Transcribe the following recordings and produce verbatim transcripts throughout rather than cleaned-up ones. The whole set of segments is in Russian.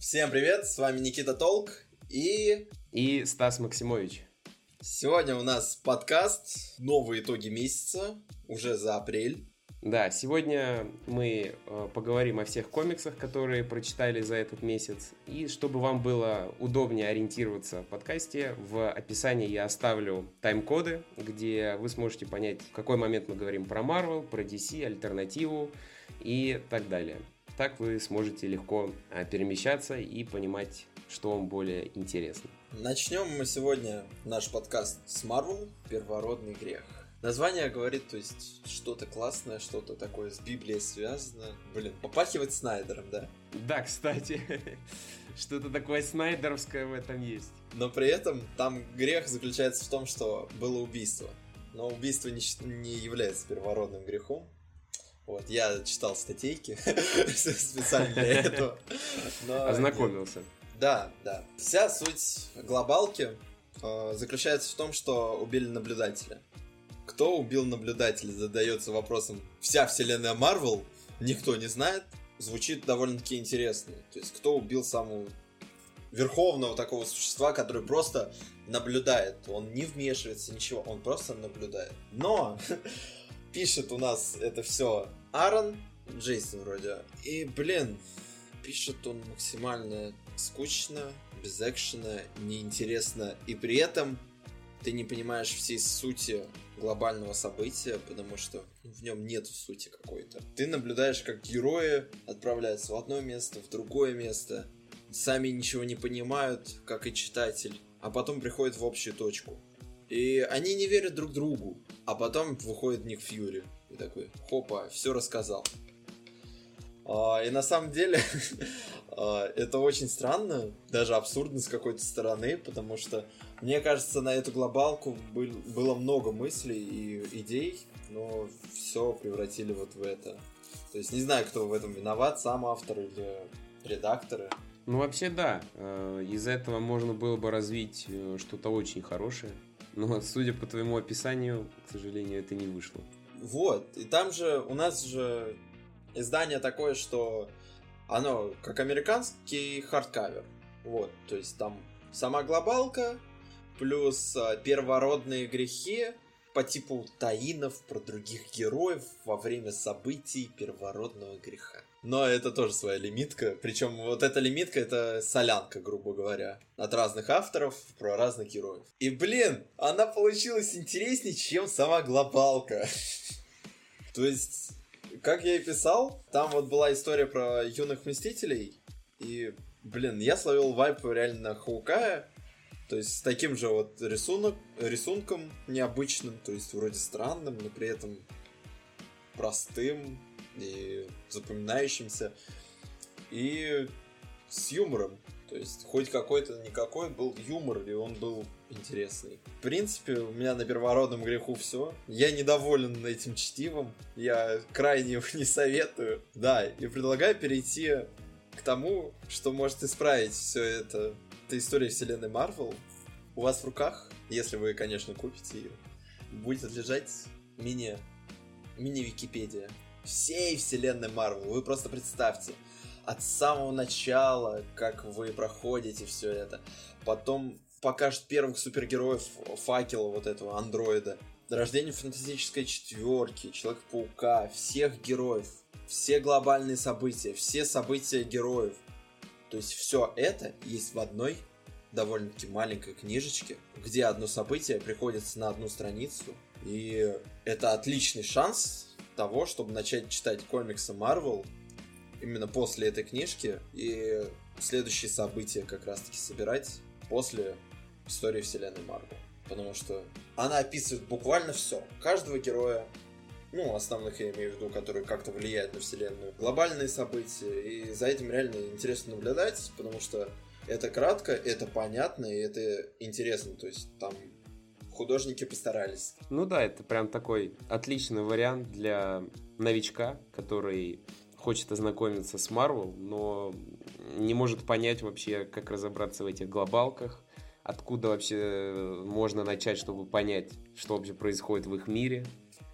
Всем привет, с вами Никита Толк и... И Стас Максимович. Сегодня у нас подкаст «Новые итоги месяца», уже за апрель. Да, сегодня мы э, поговорим о всех комиксах, которые прочитали за этот месяц. И чтобы вам было удобнее ориентироваться в подкасте, в описании я оставлю тайм-коды, где вы сможете понять, в какой момент мы говорим про Marvel, про ди си, альтернативу и так далее. Так вы сможете легко э, перемещаться и понимать, что вам более интересно. Начнем мы сегодня наш подкаст с Marvel «Первородный грех». Название говорит, то есть, что-то классное, что-то такое с Библией связано. Блин, попахивает Снайдером, да? Да, кстати, что-то такое снайдеровское в этом есть. Но при этом там грех заключается в том, что было убийство. Но убийство не, не является первородным грехом. Вот, я читал статейки специально для этого. Но... Ознакомился. Да, да. Вся суть глобалки э, заключается в том, что убили наблюдателя. Кто убил наблюдателя, задается вопросом. Вся вселенная Marvel, никто не знает, звучит довольно-таки интересно. То есть, кто убил самого верховного такого существа, который просто наблюдает. Он не вмешивается, ничего, он просто наблюдает. Но пишет у нас это все Аарон, Джейсон вроде. И, блин, пишет он максимально скучно, без экшена, неинтересно. И при этом ты не понимаешь всей сути глобального события, потому что в нем нету сути какой-то. Ты наблюдаешь, как герои отправляются в одно место, в другое место, сами ничего не понимают, как и читатель, а потом приходят в общую точку. И они не верят друг другу, а потом выходит Ник Фьюри и такой, хопа, все рассказал. И на самом деле это очень странно, даже абсурдно с какой-то стороны, потому что, мне кажется, на эту глобалку было много мыслей и идей, но все превратили вот в это. То есть не знаю, кто в этом виноват, сам автор или редакторы. Ну вообще да, из этого можно было бы развить что-то очень хорошее, но судя по твоему описанию, к сожалению, это не вышло. Вот, и там же у нас же издание такое, что оно как американский хардкавер. Вот, то есть там сама глобалка, плюс первородные грехи по типу таинов про других героев во время событий первородного греха. Но это тоже своя лимитка. Причем вот эта лимитка — это солянка, грубо говоря, от разных авторов про разных героев. И, блин, она получилась интереснее, чем сама глобалка. То есть, как я и писал, там вот была история про юных Мстителей, и, блин, я словил вайп реально на Хоукая, то есть с таким же вот рисунок, рисунком необычным, то есть вроде странным, но при этом простым и запоминающимся, и с юмором. То есть хоть какой-то никакой был юмор, и он был интересный. В принципе, у меня на первородном греху все. Я недоволен этим чтивом. Я крайне его не советую. Да, и предлагаю перейти к тому, что может исправить все это. Это история вселенной Marvel. У вас в руках, если вы, конечно, купите ее, будет лежать мини... мини-википедия всей вселенной Marvel. Вы просто представьте. От самого начала, как вы проходите все это. Потом покажут первых супергероев Факела, вот этого андроида. Рождение фантастической четверки, Человека-паука, всех героев. Все глобальные события, все события героев. То есть все это есть в одной довольно-таки маленькой книжечке, где одно событие приходится на одну страницу. И это отличный шанс того, чтобы начать читать комиксы Marvel именно после этой книжки и следующие события как раз-таки собирать после истории вселенной Marvel. Потому что она описывает буквально все. Каждого героя, ну, основных я имею в виду, которые как-то влияют на вселенную, глобальные события, и за этим реально интересно наблюдать, потому что это кратко, это понятно, и это интересно. То есть там художники постарались. Ну да, это прям такой отличный вариант для новичка, который хочет ознакомиться с Marvel, но не может понять вообще, как разобраться в этих глобалках, откуда вообще можно начать, чтобы понять, что вообще происходит в их мире.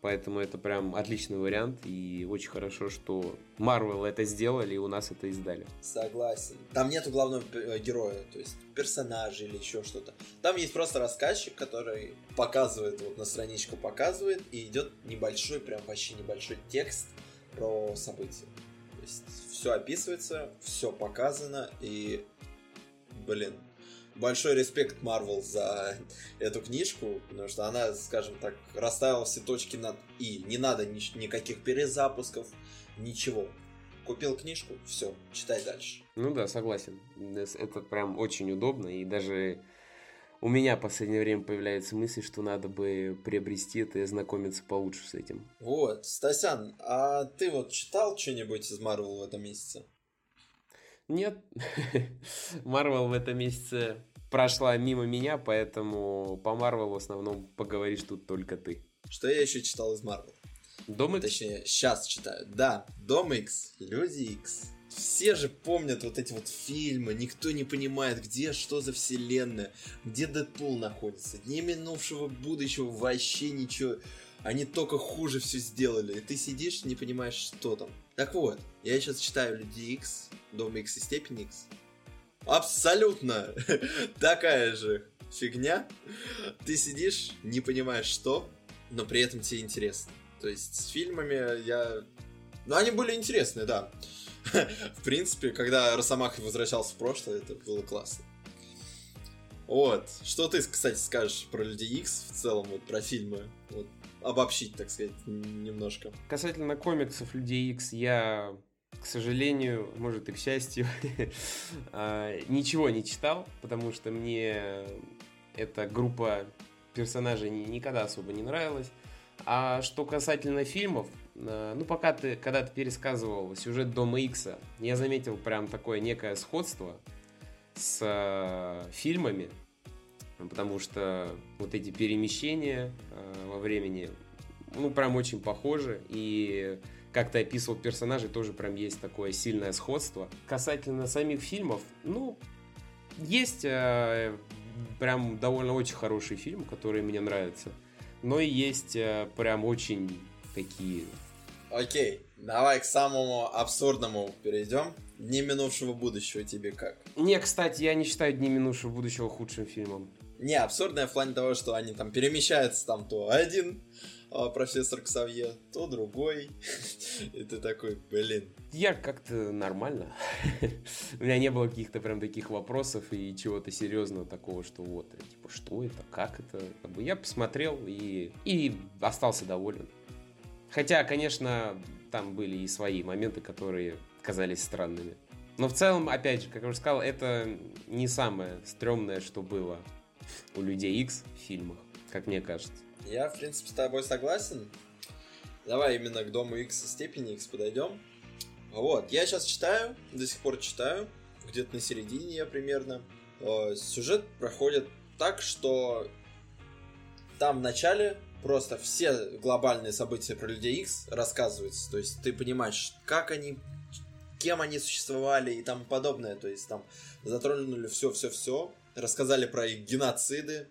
Поэтому это прям отличный вариант, и очень хорошо, что Marvel это сделали, и у нас это издали. Согласен. Там нету главного героя, то есть персонажа или еще что-то. Там есть просто рассказчик, который показывает, вот на страничку показывает, и идет небольшой, прям вообще небольшой текст про события. То есть все описывается, все показано, и, блин, большой респект Marvel за эту книжку, потому что она, скажем так, расставила все точки над «и». Не надо ни- никаких перезапусков, ничего. Купил книжку, все, читай дальше. Ну да, согласен. Это прям очень удобно, и даже у меня в последнее время появляется мысль, что надо бы приобрести это и ознакомиться получше с этим. Вот, Стасян, а ты вот читал что-нибудь из Marvel в этом месяце? Нет, Марвел в этом месяце прошла мимо меня, поэтому по Марвел в основном поговоришь тут только ты. Что я еще читал из Marvel? Дом Икс? Точнее, сейчас читаю. Да, Дом Икс, Люди Икс. Все же помнят вот эти вот фильмы, никто не понимает, где что за вселенная, где Дэдпул находится. Дни минувшего будущего вообще ничего. Они только хуже все сделали. И ты сидишь, не понимаешь, что там. Так вот, я сейчас читаю Люди Икс, Дом Икс и Степень Икс. Абсолютно такая же фигня. Ты сидишь, не понимаешь, что, но при этом тебе интересно. То есть с фильмами я... Ну, они были интересные, да. В принципе, когда Росомаха возвращался в прошлое, это было классно. Вот. Что ты, кстати, скажешь про Людей Икс в целом, вот про фильмы? Вот, обобщить, так сказать, немножко. Касательно комиксов Людей Икс, я, к сожалению, может и к счастью, ничего не читал, потому что мне эта группа персонажей никогда особо не нравилась. А что касательно фильмов, ну, пока ты, когда ты пересказывал сюжет Дома Икса, я заметил прям такое некое сходство с э, фильмами, потому что вот эти перемещения э, во времени, ну, прям очень похожи, и как ты описывал персонажей, тоже прям есть такое сильное сходство. Касательно самих фильмов, ну, есть э, прям довольно очень хорошие фильмы, которые мне нравятся, но и есть э, прям очень такие... Окей, давай к самому абсурдному перейдем. Дни минувшего будущего тебе как? Не, кстати, я не считаю Дни минувшего будущего худшим фильмом. Не, абсурдное в плане того, что они там перемещаются, там то один а, профессор Ксавье, то другой. И ты такой, блин. Я как-то нормально. У меня не было каких-то прям таких вопросов и чего-то серьезного такого, что вот, типа, что это, как это. Я посмотрел и, и остался доволен. Хотя, конечно, там были и свои моменты, которые казались странными. Но в целом, опять же, как я уже сказал, это не самое стрёмное, что было у Людей Икс в фильмах, как мне кажется. Я, в принципе, с тобой согласен. Давай именно к Дому Икс и Степени Икс подойдем. Вот, я сейчас читаю, до сих пор читаю, где-то на середине я примерно. Сюжет проходит так, что там в начале просто все глобальные события про Людей Икс рассказываются. То есть ты понимаешь, как они, кем они существовали и тому подобное. То есть там затронули все-все-все. Рассказали про их геноциды,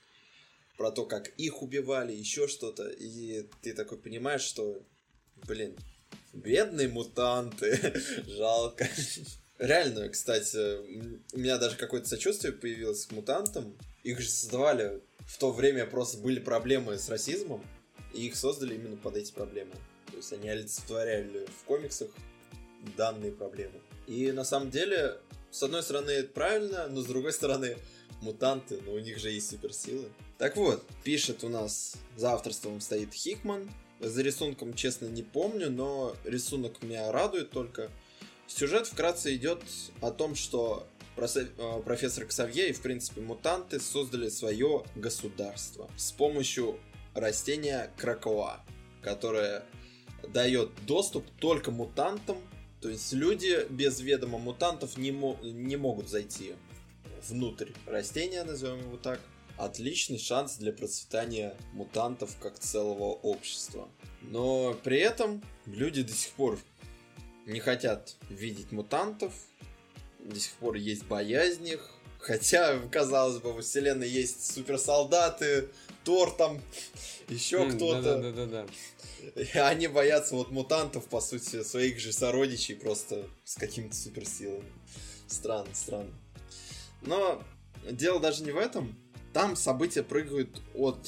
про то, как их убивали, еще что-то. И ты такой понимаешь, что, блин, бедные мутанты, жалко. Реально, кстати, у меня даже какое-то сочувствие появилось к мутантам. Их же создавали... В то время просто были проблемы с расизмом, и их создали именно под эти проблемы. То есть они олицетворяли в комиксах данные проблемы. И на самом деле, с одной стороны, это правильно, но с другой стороны, мутанты, но у них же есть суперсилы. Так вот, пишет у нас, за авторством стоит Хикман. За рисунком, честно, не помню, но рисунок меня радует только. Сюжет вкратце идет о том, что профессор Ксавье и, в принципе, мутанты создали свое государство с помощью растения кракоа, которое дает доступ только мутантам, то есть люди без ведома мутантов не, мо- не могут зайти внутрь растения, назовем его так. Отличный шанс для процветания мутантов как целого общества. Но при этом люди до сих пор не хотят видеть мутантов, до сих пор есть боязнь их. Хотя, казалось бы, во вселенной есть суперсолдаты, Тор там, еще mm, кто-то. Да-да-да. И они боятся вот мутантов, по сути, своих же сородичей, просто с какими-то суперсилами. Странно, странно. Но дело даже не в этом. Там события прыгают от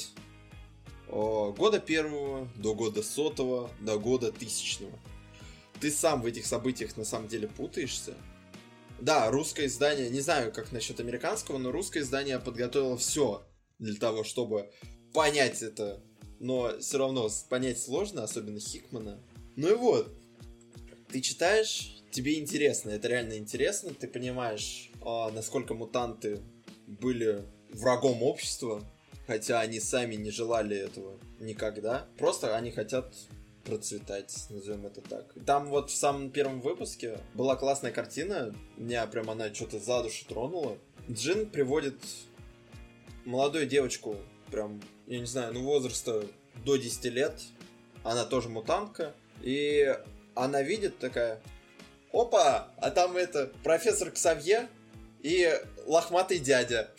о, года первого до года сотого, до года тысячного. Ты сам в этих событиях на самом деле путаешься. Да, русское издание, не знаю, как насчет американского, но русское издание подготовило все для того, чтобы понять это. Но все равно понять сложно, особенно Хикмана. Ну и вот, ты читаешь, тебе интересно, это реально интересно. Ты понимаешь, насколько мутанты были врагом общества, хотя они сами не желали этого никогда. Просто они хотят процветать, назовем это так. Там вот в самом первом выпуске была классная картина, меня прям она что-то за душу тронула. Джин приводит молодую девочку, прям, я не знаю, ну возраста до десяти лет, она тоже мутантка, и она видит такая, опа, а там это, профессор Ксавье и лохматый дядя.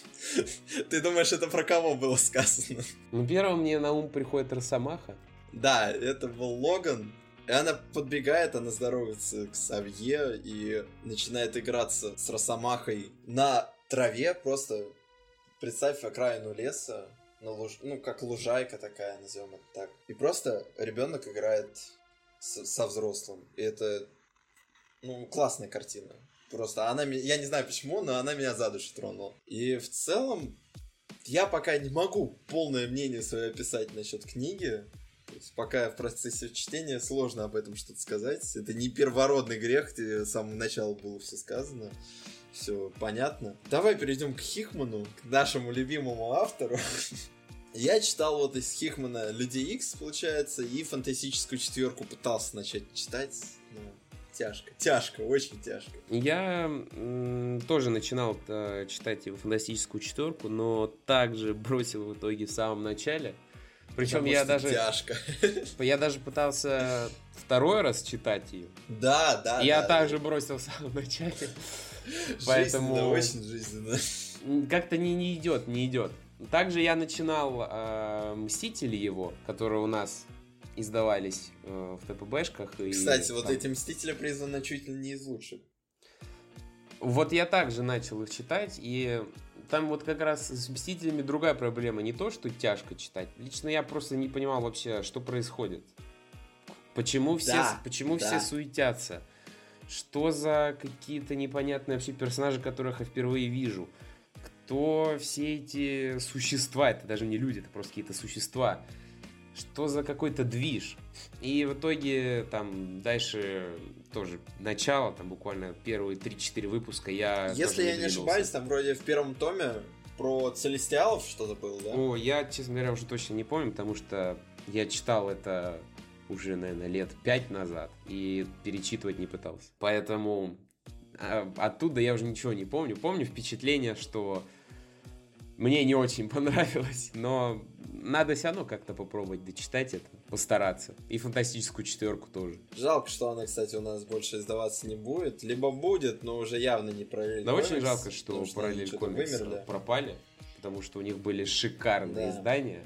Ты думаешь, это про кого было сказано? Ну, первым мне на ум приходит Росомаха. Да, это был Логан. И она подбегает, она здоровается к Савье и начинает играться с Росомахой на траве. Просто представь окраину леса, на луж... ну, как лужайка такая, назовем это так. И просто ребенок играет с... со взрослым. И это, ну, классная картина. Просто она, я не знаю почему, но она меня за душу тронула. И в целом, я пока не могу полное мнение свое описать насчет книги. То есть пока в процессе чтения сложно об этом что-то сказать. Это не первородный грех, с самого начала было все сказано. Все понятно. Давай перейдем к Хикману, к нашему любимому автору. Я читал вот из Хикмана Людей Икс, получается, и фантастическую четверку пытался начать читать, но тяжко, тяжко, очень тяжко. Я м, тоже начинал э, читать его фантастическую четверку, но также бросил в итоге в самом начале. Причем я даже, тяжко. я даже пытался второй раз читать ее. Да, да. Я да, также да. бросил в самом начале. Жизненно, Поэтому очень жизненно. Как-то не, не идет, не идет. Также я начинал э, Мстители его, которые у нас издавались э, в ТПБшках. И, Кстати, вот там... эти Мстители признаны чуть ли не из лучших. Вот я также начал их читать, и там вот как раз с Мстителями другая проблема. Не то, что тяжко читать. Лично я просто не понимал вообще, что происходит. Почему все, да, почему да. все суетятся? Что за какие-то непонятные вообще персонажи, которых я впервые вижу? Кто все эти существа? Это даже не люди, это просто какие-то существа. Что за какой-то движ? И в итоге там дальше тоже начало, там буквально первые три-четыре выпуска я Если я не, не ошибаюсь, там вроде в первом томе про Целестиалов что-то было, да? О, я, честно говоря, уже точно не помню, потому что я читал это уже, наверное, лет пять назад и перечитывать не пытался. Поэтому а, оттуда я уже ничего не помню. Помню впечатление, что мне не очень понравилось, но надо все равно как-то попробовать дочитать это, постараться. И фантастическую четверку тоже. Жалко, что она, кстати, у нас больше издаваться не будет. Либо будет, но уже явно не параллель да комикс. Да очень жалко, что параллель комикс пропали, потому что у них были шикарные да. издания.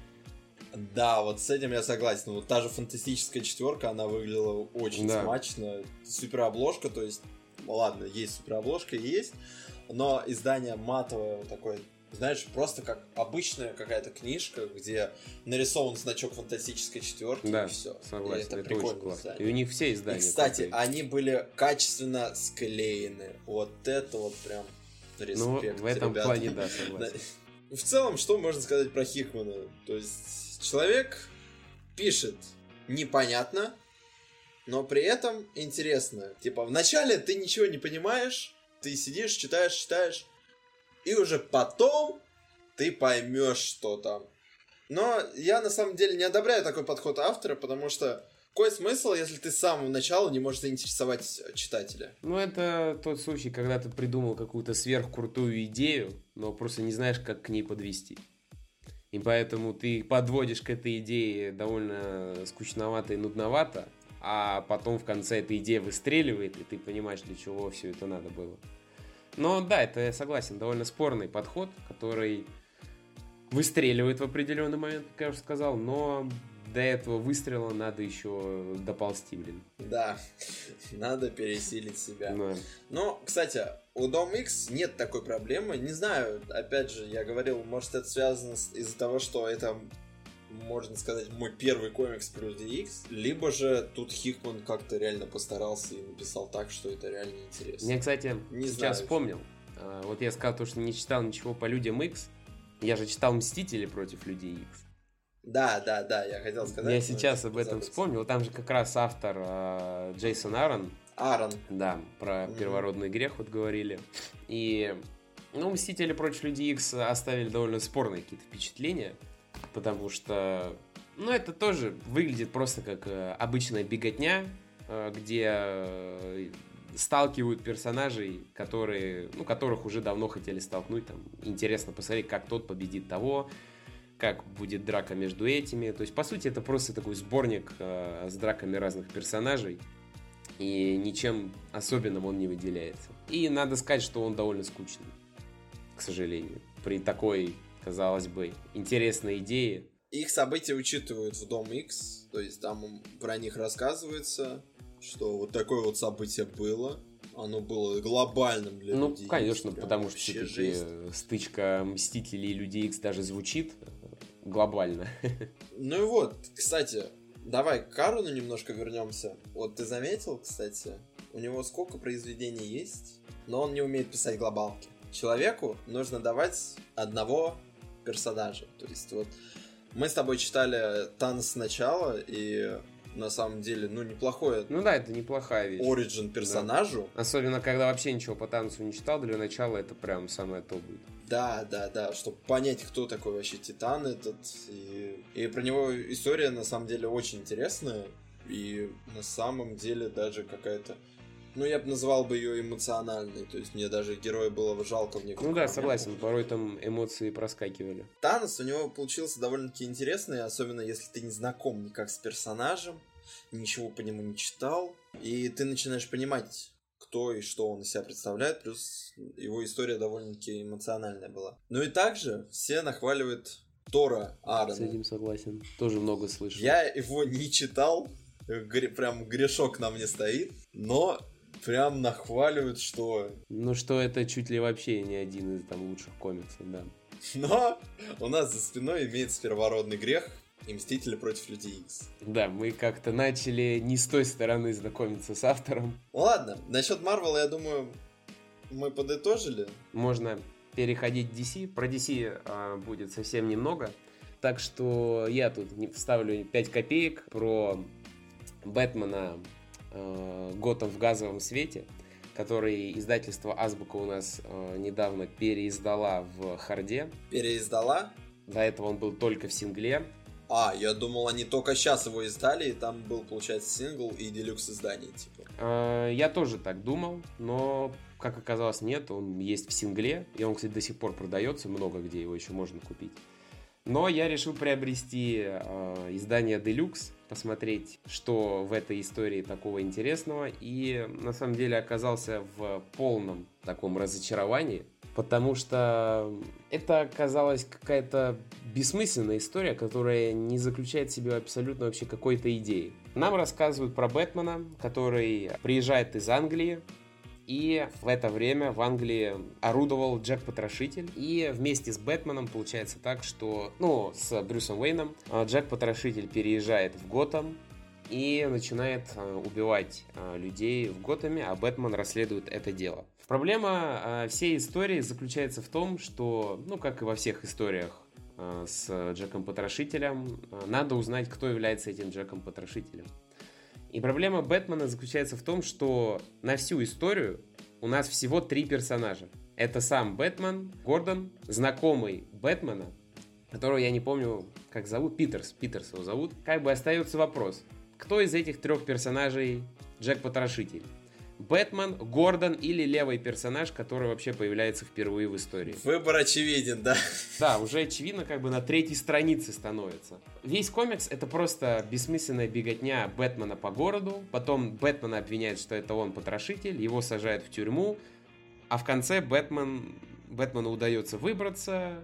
Да, вот с этим я согласен. Вот та же фантастическая четверка, она выглядела очень да. смачно. Суперобложка, то есть, ладно, есть суперобложка, есть, но издание матовое такое. Знаешь, просто как обычная какая-то книжка, где нарисован значок фантастической четверки, да, и все. Согласен, и это, это прикольно. Очень классно. И у них все издания. И, кстати, крутые. они были качественно склеены. Вот это вот прям респект. Ну, в этом ребята. плане, да, согласен. В целом, что можно сказать про Хикмана? То есть, человек пишет непонятно, но при этом интересно. Типа, вначале ты ничего не понимаешь, ты сидишь, читаешь, читаешь, и уже потом ты поймешь, что там. Но я на самом деле не одобряю такой подход автора, потому что какой смысл, если ты с самого начала не можешь заинтересовать читателя? Ну, это тот случай, когда ты придумал какую-то сверхкрутую идею, но просто не знаешь, как к ней подвести. И поэтому ты подводишь к этой идее довольно скучновато и нудновато, а потом в конце эта идея выстреливает, и ты понимаешь, для чего все это надо было. Но да, это, я согласен, довольно спорный подход, который выстреливает в определенный момент, как я уже сказал, но до этого выстрела надо еще доползти, блин. Да, надо пересилить себя. Да. Но, кстати, у Дом X нет такой проблемы. Не знаю, опять же, я говорил, может это связано с, из-за того, что это, можно сказать, мой первый комикс про Люди Икс, либо же тут Хикман как-то реально постарался и написал так, что это реально интересно. Я, кстати, не сейчас знаю, вспомнил. Вот я сказал, что не читал ничего по Людям Икс. Я же читал Мстители против Людей Икс. Да, да, да, я хотел сказать. Я сейчас об этом вспомнил. Там же как раз автор э, Джейсон Аарон. Аарон. Да, про mm-hmm. первородный грех вот говорили. И, ну, Мстители против Людей Икс оставили довольно спорные какие-то впечатления. Потому что, ну, это тоже выглядит просто как э, обычная беготня, э, где э, сталкивают персонажей, которые, ну, которых уже давно хотели столкнуть. Там интересно посмотреть, как тот победит того, как будет драка между этими. То есть, по сути, это просто такой сборник э, с драками разных персонажей. И ничем особенным он не выделяется. И надо сказать, что он довольно скучный, к сожалению. При такой, казалось бы, интересной идее. Их события учитывают в Дом X. То есть, там про них рассказывается, что вот такое вот событие было. Оно было глобальным для ну, Людей Икс. Ну, конечно, потому что все-таки жесть. Стычка Мстителей и Людей Икс даже звучит глобально. Ну и вот, кстати, давай к Аарону немножко вернемся. Вот ты заметил, кстати, у него сколько произведений есть, но он не умеет писать глобалки. Человеку нужно давать одного персонажа. То есть вот мы с тобой читали Танос сначала, и на самом деле, ну, неплохое. Ну да, это неплохая вещь. Оригин персонажу. Да. Особенно, когда вообще ничего по Таносу не читал, для начала это прям самое то будет. Да, да, да, чтобы понять, кто такой вообще Титан этот. И, и про него история, на самом деле, очень интересная. И на самом деле даже какая-то... Ну, я бы назвал бы ее эмоциональной. То есть мне даже героя было жалко в некоторых Ну да, моментах. согласен, порой там эмоции проскакивали. Танос у него получился довольно-таки интересный, особенно если ты не знаком никак с персонажем, ничего по нему не читал, и ты начинаешь понимать, кто и что он из себя представляет, плюс его история довольно-таки эмоциональная была. Ну и также все нахваливают Тора Аарона. С этим согласен, тоже много слышал. Я его не читал, прям грешок на мне стоит, но... Прям нахваливают, что... Ну, что это чуть ли вообще не один из там лучших комиксов, да. Но у нас за спиной имеется первородный грех и Мстители против Людей Икс. Да, мы как-то начали не с той стороны знакомиться с автором. Ладно, насчет Марвела, я думаю, мы подытожили. Можно переходить к ди си. Про ди си а, будет совсем немного. Так что я тут вставлю пять копеек про Бэтмена Готэм в газовом свете, который издательство Азбука у нас э, недавно переиздала в харде. Переиздала? До этого он был только в сингле. А, я думал, они только сейчас его издали, и там был, получается, сингл и делюкс издание, типа. Э, я тоже так думал, но, как оказалось, нет, он есть в сингле, и он, кстати, до сих пор продается, много где его еще можно купить. Но я решил приобрести э, издание Deluxe, посмотреть, что в этой истории такого интересного. И на самом деле оказался в полном таком разочаровании, потому что это оказалась какая-то бессмысленная история, которая не заключает в себе абсолютно вообще какой-то идеи. Нам рассказывают про Бэтмена, который приезжает из Англии, и в это время в Англии орудовал Джек-Потрошитель. И вместе с Бэтменом получается так, что... Ну, с Брюсом Уэйном Джек-Потрошитель переезжает в Готэм и начинает убивать людей в Готэме, а Бэтмен расследует это дело. Проблема всей истории заключается в том, что, ну, как и во всех историях с Джеком-Потрошителем, надо узнать, кто является этим Джеком-Потрошителем. И проблема Бэтмена заключается в том, что на всю историю у нас всего три персонажа. Это сам Бэтмен, Гордон, знакомый Бэтмена, которого я не помню, как зовут, Питерс, Питерс его зовут. Как бы остается вопрос, кто из этих трех персонажей Джек-Потрошитель? Бэтмен, Гордон или левый персонаж, который вообще появляется впервые в истории? Выбор очевиден, да? Да, уже очевидно, как бы на третьей странице становится. Весь комикс — это просто бессмысленная беготня Бэтмена по городу, потом Бэтмена обвиняют, что это он потрошитель, его сажают в тюрьму, а в конце Бэтмен, Бэтмену удается выбраться,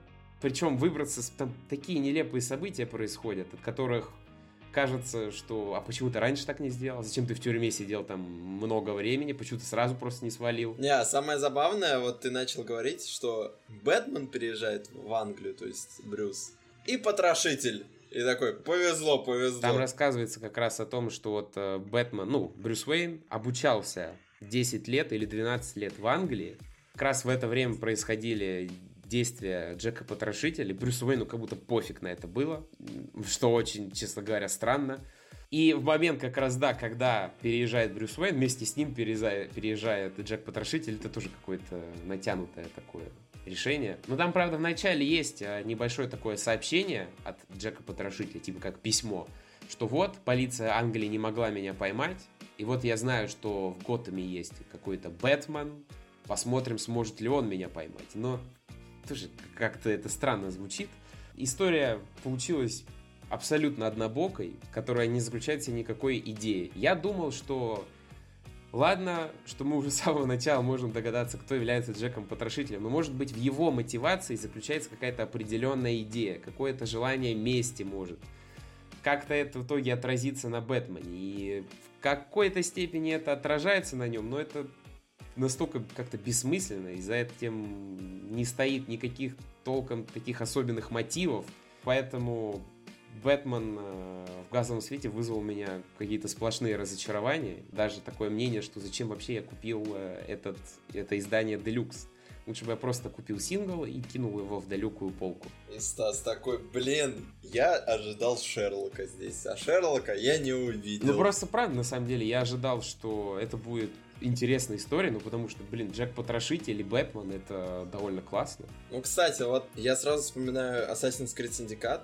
причем выбраться, там такие нелепые события происходят, от которых кажется, что, а почему ты раньше так не сделал? Зачем ты в тюрьме сидел там много времени? Почему ты сразу просто не свалил? Не, самое забавное, вот ты начал говорить, что Бэтмен переезжает в Англию, то есть Брюс, и Потрошитель. И такой, повезло, повезло. Там рассказывается как раз о том, что вот э, Бэтмен, ну, Брюс Уэйн обучался десять лет или двенадцать лет в Англии. Как раз в это время происходили действия Джека Потрошителя. Брюсу Уэйну как будто пофиг на это было, что очень, честно говоря, странно. И в момент как раз, да, когда переезжает Брюс Уэйн, вместе с ним переезжает, переезжает Джек Потрошитель, это тоже какое-то натянутое такое решение. Но там, правда, в начале есть небольшое такое сообщение от Джека Потрошителя, типа как письмо, что вот, полиция Англии не могла меня поймать, и вот я знаю, что в Готэме есть какой-то Бэтмен, посмотрим, сможет ли он меня поймать. Но тоже как-то это странно звучит. История получилась абсолютно однобокой, которая не заключается в никакой идее. Я думал, что ладно, что мы уже с самого начала можем догадаться, кто является Джеком Потрошителем, но, может быть, в его мотивации заключается какая-то определенная идея, какое-то желание мести, может. Как-то это в итоге отразится на Бэтмене. И в какой-то степени это отражается на нем, но это настолько как-то бессмысленно, и за этим не стоит никаких толком таких особенных мотивов. Поэтому Бэтмен в газовом свете вызвал у меня какие-то сплошные разочарования. Даже такое мнение, что зачем вообще я купил этот, это издание Deluxe. Лучше бы я просто купил сингл и кинул его в далекую полку. И Стас такой, блин, я ожидал Шерлока здесь, а Шерлока я не увидел. Ну просто правда, на самом деле, я ожидал, что это будет интересная история, ну потому что, блин, Джек Потрошитель и Бэтмен — это довольно классно. Ну, кстати, вот я сразу вспоминаю Assassin's Creed Syndicate.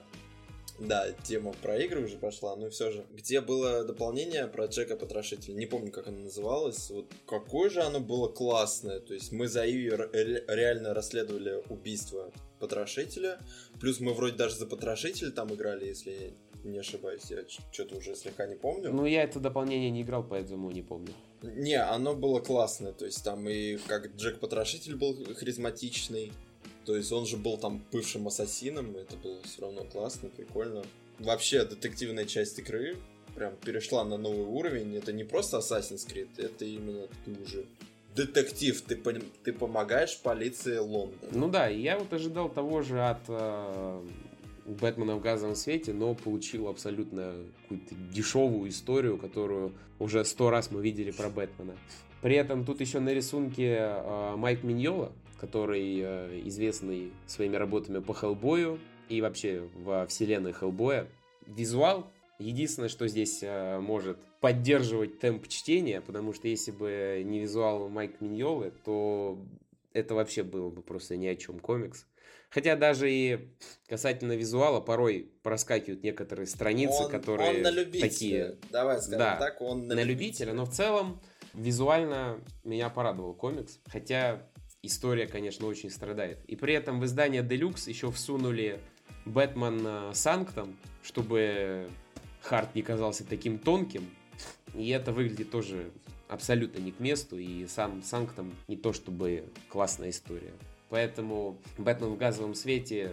Да, тема про игры уже пошла, но все же. Где было дополнение про Джека Потрошителя. Не помню, как оно называлось. Вот какое же оно было классное. То есть мы за Иви реально расследовали убийство Потрошителя. Плюс мы вроде даже за Потрошителя там играли, если я не ошибаюсь. Я что-то уже слегка не помню. Ну, я это дополнение не играл, поэтому не помню. Не, оно было классное. То есть там и как Джек Потрошитель был харизматичный. То есть он же был там бывшим ассасином, это было все равно классно, прикольно. Вообще, детективная часть игры прям перешла на новый уровень. Это не просто Assassin's Creed, это именно ты уже детектив, ты, ты помогаешь полиции Лондона. Ну да, я вот ожидал того же от э, Бэтмена в газовом свете, но получил абсолютно какую-то дешевую историю, которую уже сто раз мы видели про Бэтмена. При этом тут еще на рисунке э, Майк Миньола, который э, известный своими работами по Хеллбою и вообще во вселенной Хеллбоя. Визуал единственное, что здесь э, может поддерживать темп чтения, потому что если бы не визуал Майк Миньолы, то это вообще было бы просто ни о чем комикс. Хотя даже и касательно визуала порой проскакивают некоторые страницы, он, которые он на любителя. такие... Давай скажем да, так, он на, на любителя. любителя, но в целом визуально меня порадовал комикс, хотя история, конечно, очень страдает. И при этом в издание Deluxe еще всунули Бэтмен Санктом, чтобы Харт не казался таким тонким. И это выглядит тоже абсолютно не к месту, и сам Санктом не то чтобы классная история. Поэтому Бэтмен в газовом свете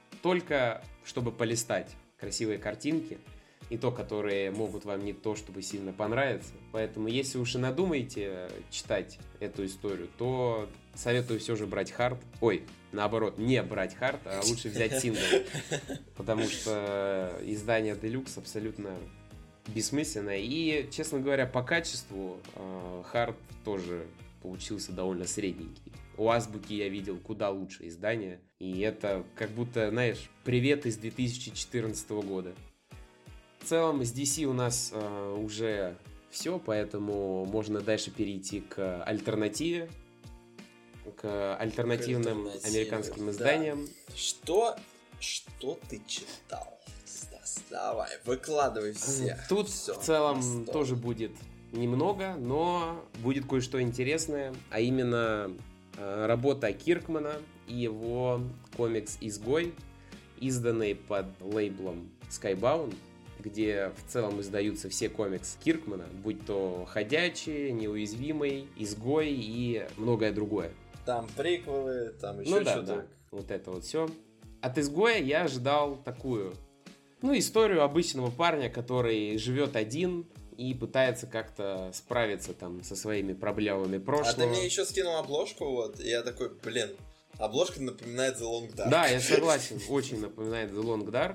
только чтобы полистать красивые картинки, и то, которые могут вам не то чтобы сильно понравиться. Поэтому, если уж и надумаете читать эту историю, то советую все же брать хард. Ой, наоборот, не брать хард, а лучше взять сингл. Потому что издание Deluxe абсолютно бессмысленное. И, честно говоря, по качеству хард тоже получился довольно средненький. У Азбуки я видел куда лучше издания. И это как будто, знаешь, привет из две тысячи четырнадцатого года. В целом с ди си у нас э, уже все, поэтому можно дальше перейти к альтернативе, к альтернативным к американским да. изданиям. Что, что ты читал? Стас, давай, выкладывай все. Тут все в целом тоже будет немного, но будет кое-что интересное, а именно э, работа Киркмана и его комикс «Изгой», изданный под лейблом Skybound, где в целом издаются все комиксы Киркмана, будь то «Ходячий», «Неуязвимый», «Изгой» и многое другое. Там приквелы, там еще ну, да, что-то. Да. Вот это вот все. От «Изгоя» я ожидал такую, ну, историю обычного парня, который живет один и пытается как-то справиться там со своими проблемами прошлого. А ты мне еще скинул обложку, вот, и я такой, блин, обложка напоминает The Long Dark. Да, я согласен, очень напоминает The Long Dark,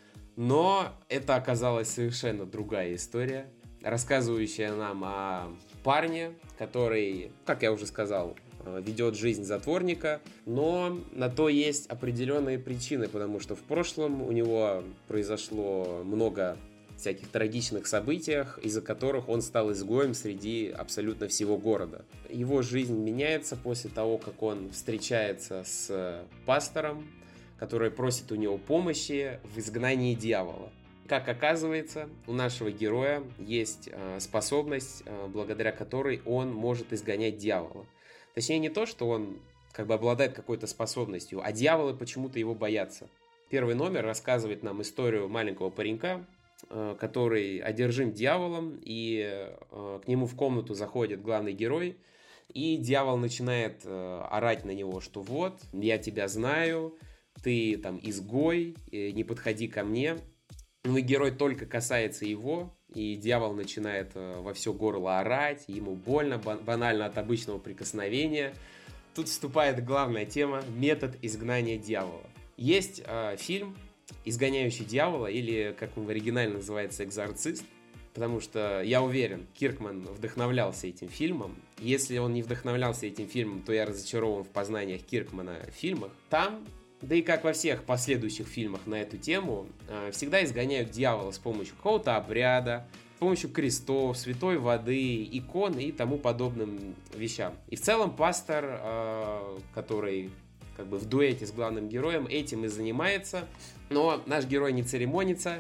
но это оказалась совершенно другая история, рассказывающая нам о парне, который, как я уже сказал, ведет жизнь затворника, но на то есть определенные причины, потому что в прошлом у него произошло много всяких трагичных событиях, из-за которых он стал изгоем среди абсолютно всего города. Его жизнь меняется после того, как он встречается с пастором, который просит у него помощи в изгнании дьявола. Как оказывается, у нашего героя есть способность, благодаря которой он может изгонять дьявола. Точнее, не то, что он как бы обладает какой-то способностью, а дьяволы почему-то его боятся. Первый номер рассказывает нам историю маленького паренька, который одержим дьяволом, и к нему в комнату заходит главный герой, и дьявол начинает орать на него, что вот, я тебя знаю, ты там изгой, не подходи ко мне. Но герой только касается его, и дьявол начинает во все горло орать, ему больно, банально от обычного прикосновения. Тут вступает главная тема – метод изгнания дьявола. Есть э, фильм «Изгоняющий дьявола», или, как он в оригинале называется, «Экзорцист», потому что, я уверен, Киркман вдохновлялся этим фильмом. Если он не вдохновлялся этим фильмом, то я разочарован в познаниях Киркмана в фильмах. Там, да и как во всех последующих фильмах на эту тему, э, всегда изгоняют дьявола с помощью какого-то обряда, с помощью крестов, святой воды, икон и тому подобным вещам. И в целом пастор, э, который как бы в дуэте с главным героем, этим и занимается, но наш герой не церемонится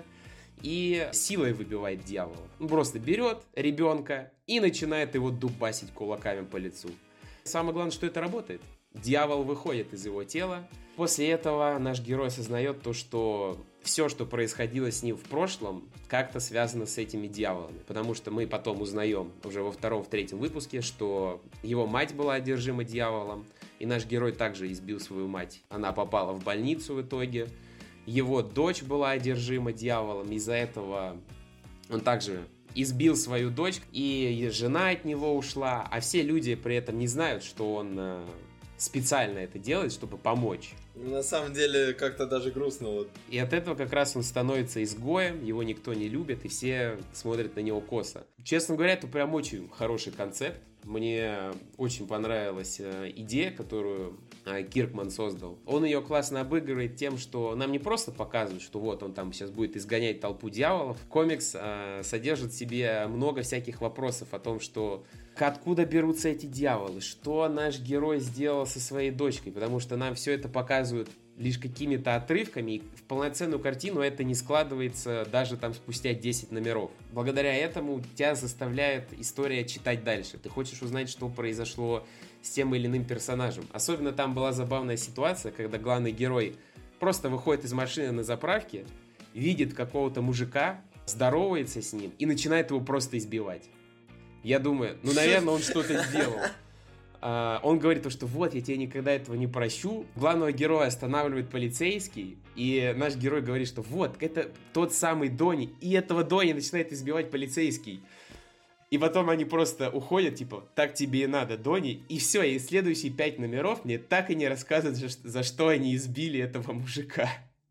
и силой выбивает дьявола. Он просто берет ребенка и начинает его дубасить кулаками по лицу. Самое главное, что это работает. Дьявол выходит из его тела. После этого наш герой осознает то, что все, что происходило с ним в прошлом, как-то связано с этими дьяволами. Потому что мы потом узнаем уже во втором, в третьем выпуске, что его мать была одержима дьяволом, и наш герой также избил свою мать. Она попала в больницу в итоге. Его дочь была одержима дьяволом, из-за этого он также избил свою дочь, и жена от него ушла, а все люди при этом не знают, что он специально это делает, чтобы помочь. На самом деле, как-то даже грустно. Вот. И от этого как раз он становится изгоем, его никто не любит, и все смотрят на него косо. Честно говоря, это прям очень хороший концепт. Мне очень понравилась идея, которую Киркман создал. Он ее классно обыгрывает тем, что нам не просто показывают, что вот он там сейчас будет изгонять толпу дьяволов. Комикс э, содержит в себе много всяких вопросов о том, что откуда берутся эти дьяволы, что наш герой сделал со своей дочкой, потому что нам все это показывают лишь какими-то отрывками, и в полноценную картину это не складывается даже там спустя десять номеров. Благодаря этому тебя заставляет история читать дальше. Ты хочешь узнать, что произошло с тем или иным персонажем. Особенно там была забавная ситуация, когда главный герой просто выходит из машины на заправке, видит какого-то мужика, здоровается с ним и начинает его просто избивать. Я думаю, ну, наверное, он что-то сделал. Uh, он говорит, что вот, я тебе никогда этого не прощу. Главного героя останавливает полицейский, и наш герой говорит, что вот, это тот самый Донни, и этого Донни начинает избивать полицейский. И потом они просто уходят, типа, так тебе и надо, Донни. И все, и следующие пять номеров мне так и не рассказывают, за что они избили этого мужика.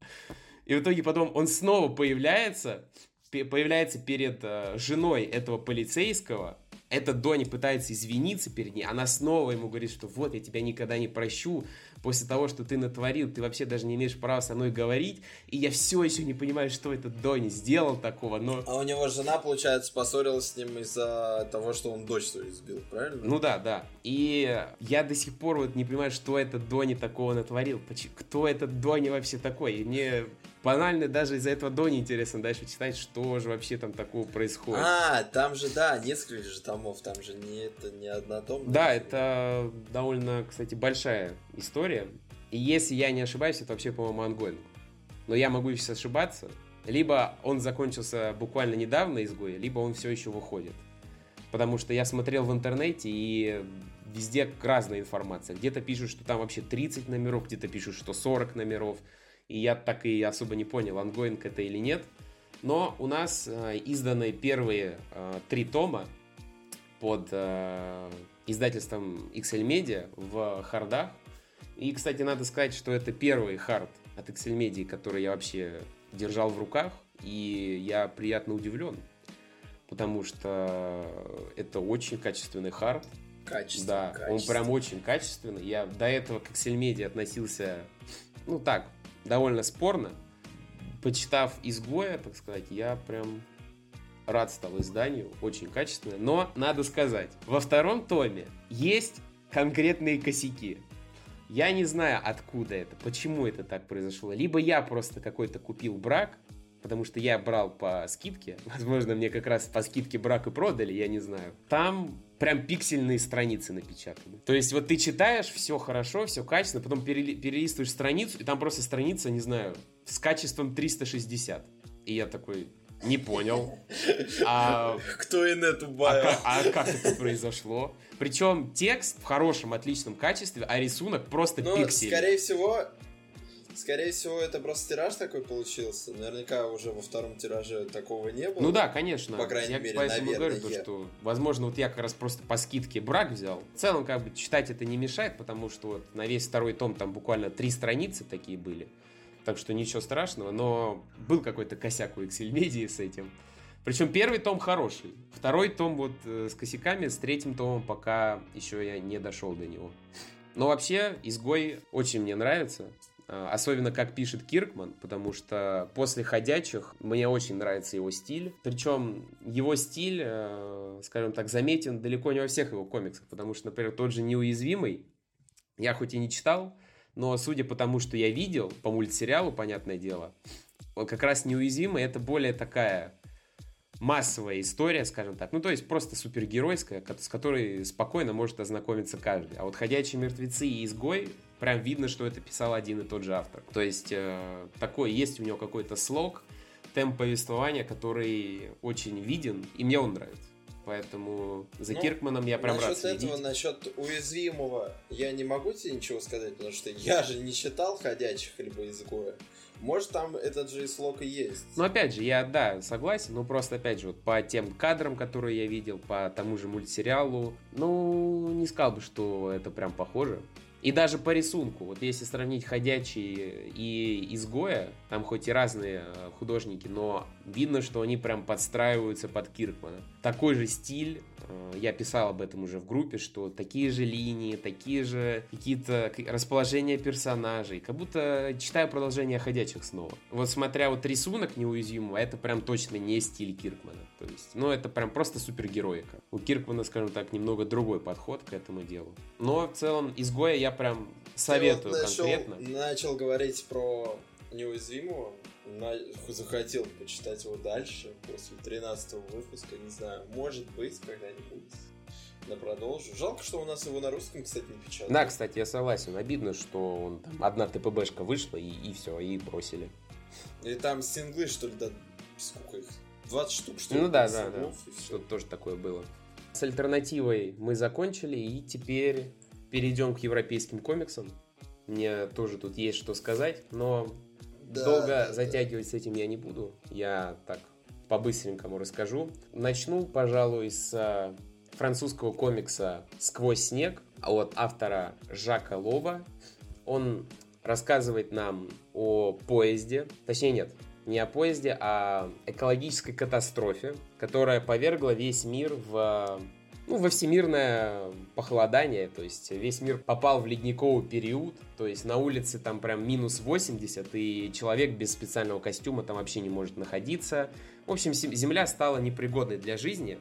И в итоге потом он снова появляется, появляется перед uh, женой этого полицейского. Этот Донни пытается извиниться перед ней, она снова ему говорит, что вот, я тебя никогда не прощу, после того, что ты натворил, ты вообще даже не имеешь права со мной говорить, и я все еще не понимаю, что этот Донни сделал такого, но... А у него жена, получается, поссорилась с ним из-за того, что он дочь свою избил, правильно? Ну да, да. И я до сих пор вот не понимаю, что этот Донни такого натворил, кто этот Донни вообще такой, и мне... Банально даже из-за этого Донни интересно дальше читать, что же вообще там такого происходит. А, там же, да, несколько же томов, там же не, это не однотомно. Да, это довольно, кстати, большая история. И если я не ошибаюсь, это вообще, по-моему, ангоинг. Но я могу сейчас ошибаться. Либо он закончился буквально недавно, изгой, либо он все еще выходит. Потому что я смотрел в интернете, и везде разная информация. Где-то пишут, что там вообще тридцать номеров, где-то пишут, что сорок номеров. и я так и особо не понял, ангоинг это или нет. Но у нас э, изданы первые э, три тома под э, издательством икс эль Media в хардах. И, кстати, надо сказать, что это первый хард от икс эль Media, который я вообще держал в руках, и я приятно удивлен, потому что это очень качественный хард. Качество, да, качество. Он прям очень качественный. Я до этого к икс эль Media относился, ну так, довольно спорно. Почитав «Изгоя», так сказать, я прям рад стал изданию, очень качественное. Но, надо сказать, во втором томе есть конкретные косяки. Я не знаю, откуда это, почему это так произошло. Либо я просто какой-то купил брак, потому что я брал по скидке. Возможно, мне как раз по скидке брак и продали, я не знаю. Там прям пиксельные страницы напечатаны. То есть вот ты читаешь, все хорошо, все качественно, потом перели- перелистываешь страницу, и там просто страница, не знаю, с качеством триста шестьдесят. И я такой, не понял. А, Кто инет а, убавил? как, а как это произошло? Причем текст в хорошем, отличном качестве, а рисунок просто Ну, пиксели. скорее всего, скорее всего, это просто тираж такой получился. Наверняка уже во втором тираже такого не было. Ну да, конечно. По крайней я мере, поэтому наверное. говорю, то, что, возможно, вот я как раз просто по скидке брак взял. В целом, как бы, читать это не мешает, потому что вот на весь второй том там буквально три страницы такие были. Так что ничего страшного, но был какой-то косяк у икс эль Media с этим. Причем первый том хороший. Второй том вот э, с косяками, с третьим томом пока еще я не дошел до него. Но вообще, «Изгой» очень мне нравится. Особенно как пишет Киркман, потому что после «Ходячих» мне очень нравится его стиль. Причем его стиль, э, скажем так, заметен далеко не во всех его комиксах, потому что, например, тот же «Неуязвимый» я хоть и не читал, но судя по тому, что я видел по мультсериалу, понятное дело, он как раз «Неуязвимый» — это более такая массовая история, скажем так. Ну, то есть просто супергеройская, с которой спокойно может ознакомиться каждый. А вот «Ходячие мертвецы» и «Изгой» прям видно, что это писал один и тот же автор. То есть э, такой, есть у него какой-то слог, темп повествования, который очень виден, и мне он нравится. Поэтому за ну, Киркманом я прям рад следить. Насчет этого, насчет «Уязвимого» я не могу тебе ничего сказать, потому что я же не читал «Ходячих» либо «Изгоя». Может, там этот же слог и есть. Ну, опять же, я, да, согласен, но просто, опять же, вот по тем кадрам, которые я видел, по тому же мультсериалу, ну, не сказал бы, что это прям похоже. И даже по рисунку, вот если сравнить «Ходячие» и «Изгоя», там хоть и разные художники, но видно, что они прям подстраиваются под Киркмана. Такой же стиль, я писал об этом уже в группе, что такие же линии, такие же какие-то расположения персонажей, как будто читаю продолжение «Ходячих» снова. Вот смотря вот рисунок «Неуязвимого», это прям точно не стиль Киркмана. То есть, ну, это прям просто супергероика. У Киркмана, скажем так, немного другой подход к этому делу. Но в целом «Изгоя» я прям советую Ты вот конкретно. Начал, начал говорить про «Неуязвимого», на... захотел почитать его дальше, после тринадцатого выпуска, не знаю, может быть, когда-нибудь на продолжу. Жалко, что у нас его на русском, кстати, не печатают. Да, кстати, я согласен. Обидно, что он, там, одна ТПБшка вышла, и, и все, и бросили. И там синглы, что ли, да, сколько их? двадцать штук, что ли? Ну да, да, да. Что-то тоже такое было. С альтернативой мы закончили, и теперь перейдем к европейским комиксам. Мне тоже тут есть что сказать, но да, долго да, затягивать да. с этим я не буду. Я так по-быстренькому расскажу. Начну, пожалуй, с французского комикса «Сквозь снег» от автора Жака Лоба. Он рассказывает нам о поезде, точнее нет, не о поезде, а экологической катастрофе, которая повергла весь мир в... Ну, во всемирное похолодание, то есть весь мир попал в ледниковый период, то есть на улице там прям минус восемьдесят, и человек без специального костюма там вообще не может находиться. В общем, земля стала непригодной для жизни,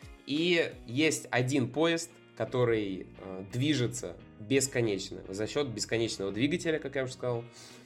и есть один поезд, который э, движется бесконечно, за счет бесконечного двигателя, как я уже сказал,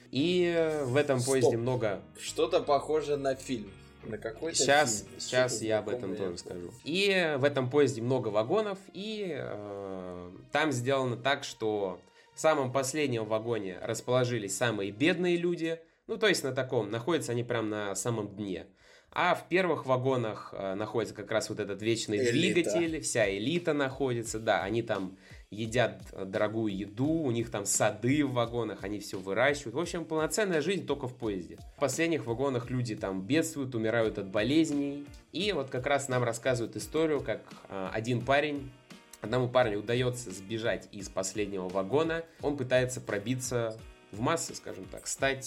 и в этом Стоп. поезде много... Что-то похоже на фильм. На какой-то сейчас, фильм. Сейчас я об этом тоже скажу. И в этом поезде много вагонов, и э, там сделано так, что в самом последнем вагоне расположились самые бедные люди, ну то есть на таком, находятся они прям на самом дне. А в первых вагонах э, находится как раз вот этот вечный элита. двигатель, вся элита находится, да, они там едят дорогую еду, у них там сады в вагонах, они все выращивают. В общем, полноценная жизнь только в поезде. В последних вагонах люди там бедствуют, умирают от болезней. И вот как раз нам рассказывают историю, как один парень, одному парню удается сбежать из последнего вагона. Он пытается пробиться в массы, скажем так, стать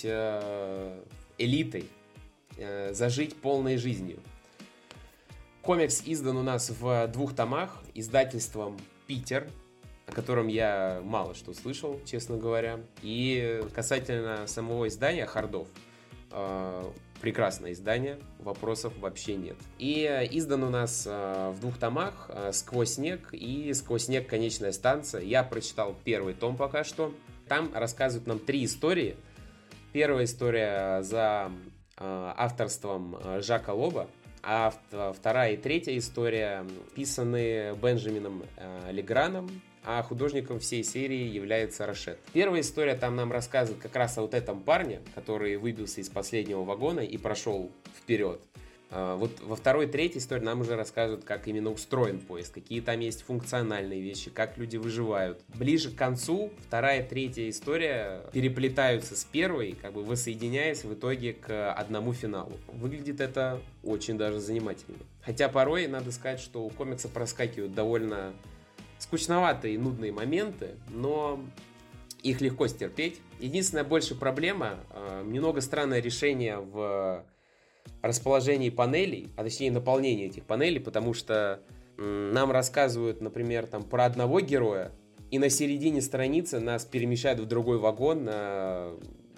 элитой, зажить полной жизнью. Комикс издан у нас в двух томах издательством «Питер», о котором я мало что слышал, честно говоря. И касательно самого издания «Хардов», э, прекрасное издание, вопросов вообще нет. И издан у нас э, в двух томах э, «Сквозь снег» и «Сквозь снег. Конечная станция». Я прочитал первый том пока что. Там рассказывают нам три истории. Первая история за э, авторством Жака Лоба. А вторая и третья история писаны Бенджамином э, Леграном, а художником всей серии является Рашет. Первая история там нам рассказывает как раз о вот этом парне, который выбился из последнего вагона и прошел вперед. А вот во второй и третьей истории нам уже рассказывают, как именно устроен поезд, какие там есть функциональные вещи, как люди выживают. Ближе к концу вторая и третья история переплетаются с первой, как бы воссоединяясь в итоге к одному финалу. Выглядит это очень даже занимательно. Хотя порой, надо сказать, что у комикса проскакивают довольно скучноватые и нудные моменты, но их легко стерпеть. Единственная большая проблема, немного странное решение в расположении панелей, а точнее наполнение этих панелей, потому что м, нам рассказывают, например, там, про одного героя, и на середине страницы нас перемещают в другой вагон на...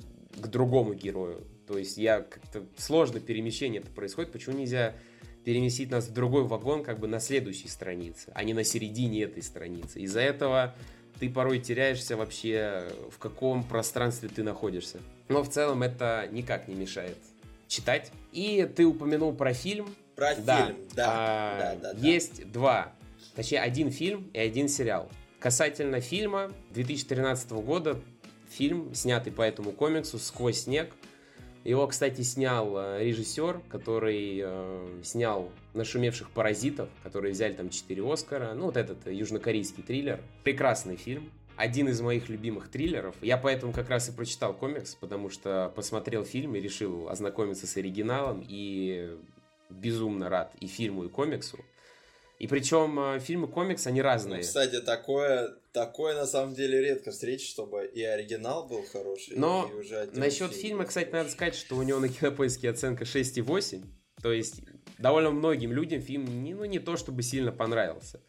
к другому герою. То есть я как-то сложно перемещение это происходит, почему нельзя переместить нас в другой вагон как бы на следующей странице, а не на середине этой страницы. Из-за этого ты порой теряешься вообще, в каком пространстве ты находишься. Но в целом это никак не мешает читать. И ты упомянул про фильм. Про да. фильм, да. А, да, да, да. Есть два, точнее один фильм и один сериал. Касательно фильма две тысячи тринадцатого года, фильм, снятый по этому комиксу «Сквозь снег». Его, кстати, снял режиссер, который э, снял «Нашумевших паразитов», которые взяли там четыре Оскара. Ну, вот этот южнокорейский триллер. Прекрасный фильм. Один из моих любимых триллеров. Я поэтому как раз и прочитал комикс, потому что посмотрел фильм и решил ознакомиться с оригиналом. И безумно рад и фильму, и комиксу. И причем фильм и комикс, они разные. Ну, кстати, такое, такое на самом деле редко встретишь, чтобы и оригинал был хороший, но и уже насчет фильм фильма, кстати, хороший. надо сказать, что у него на Кинопоиске оценка шесть и восемь. То есть довольно многим людям фильм не, ну, не то чтобы сильно понравился.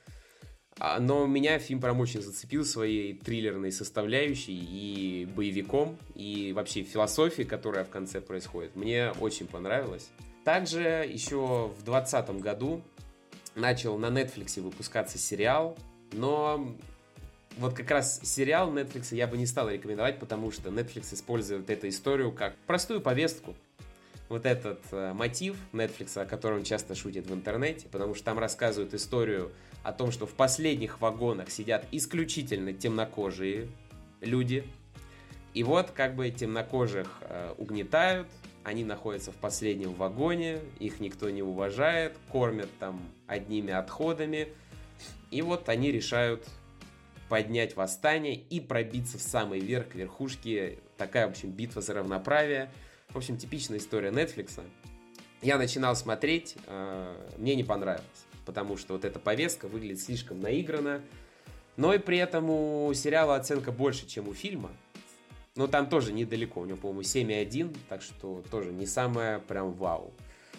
Но меня фильм прям очень зацепил своей триллерной составляющей и боевиком, и вообще философией, которая в конце происходит. Мне очень понравилось. Также еще в двадцатом году начал на Netflix выпускаться сериал, но вот как раз сериал Netflix я бы не стал рекомендовать, потому что Netflix использует эту историю как простую повестку. Вот этот э, мотив Netflix, о котором часто шутят в интернете, потому что там рассказывают историю о том, что в последних вагонах сидят исключительно темнокожие люди. И вот как бы темнокожих э, угнетают, они находятся в последнем вагоне, их никто не уважает, кормят там одними отходами. И вот они решают поднять восстание и пробиться в самый верх, к верхушке. Такая, в общем, битва за равноправие. В общем, типичная история Netflix. Я начинал смотреть, мне не понравилось, потому что вот эта повестка выглядит слишком наигранно. Но и при этом у сериала оценка больше, чем у фильма. Но там тоже недалеко, у него, по-моему, семь и один, так что тоже не самое прям вау.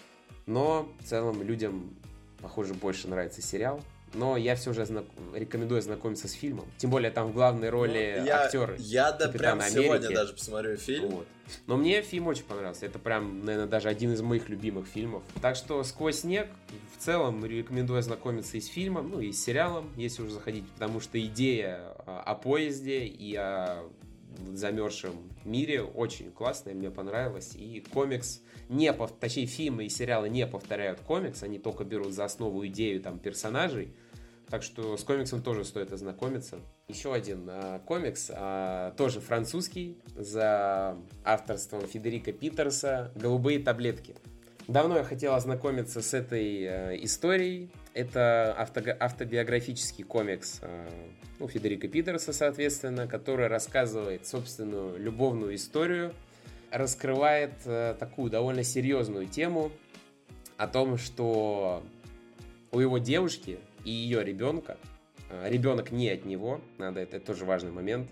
Но в целом людям, похоже, больше нравится сериал. Но я все же знак... рекомендую знакомиться с фильмом. Тем более там в главной роли ну, я, актеры. Я да прям Америки. Сегодня даже посмотрю фильм. Вот. Но мне фильм очень понравился. Это прям, наверное, даже один из моих любимых фильмов. Так что «Сквозь снег» в целом рекомендую ознакомиться и с фильмом, ну и с сериалом, если уже заходить. Потому что идея о поезде и о замерзшем мире очень классная, мне понравилась. И комикс не пов... точнее фильмы и сериалы не повторяют комикс, они только берут за основу идею там персонажей. Так что с комиксом тоже стоит ознакомиться. Еще один а, комикс, а, тоже французский, за авторством Федерико Питерса, «Голубые таблетки». Давно я хотел ознакомиться с этой э, историей. Это авто, автобиографический комикс э, ну, Федерико Питерса, соответственно, который рассказывает собственную любовную историю, раскрывает э, такую довольно серьезную тему о том, что у его девушки и ее ребенка, э, ребенок не от него, надо, это, это тоже важный момент,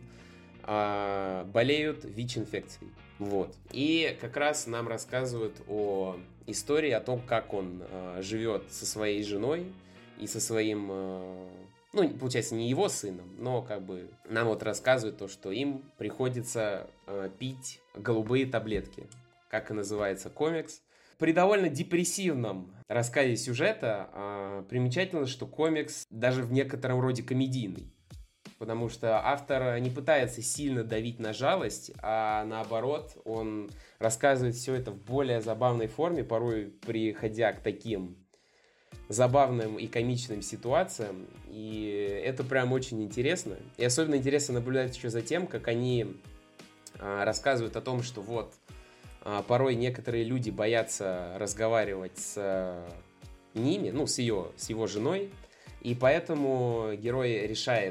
э, болеют ВИЧ-инфекцией. Вот. И как раз нам рассказывают о истории, о том, как он э, живет со своей женой и со своим, э, ну, получается, не его сыном, но как бы нам вот рассказывают то, что им приходится э, пить голубые таблетки, как и называется комикс. При довольно депрессивном рассказе сюжета э, примечательно, что комикс даже в некотором роде комедийный. Потому что автор не пытается сильно давить на жалость, а наоборот, он рассказывает все это в более забавной форме, порой приходя к таким забавным и комичным ситуациям. И это прям очень интересно. И особенно интересно наблюдать еще за тем, как они а, рассказывают о том, что вот а, порой некоторые люди боятся разговаривать с ними, ну, с ее, с его женой, и поэтому герой решает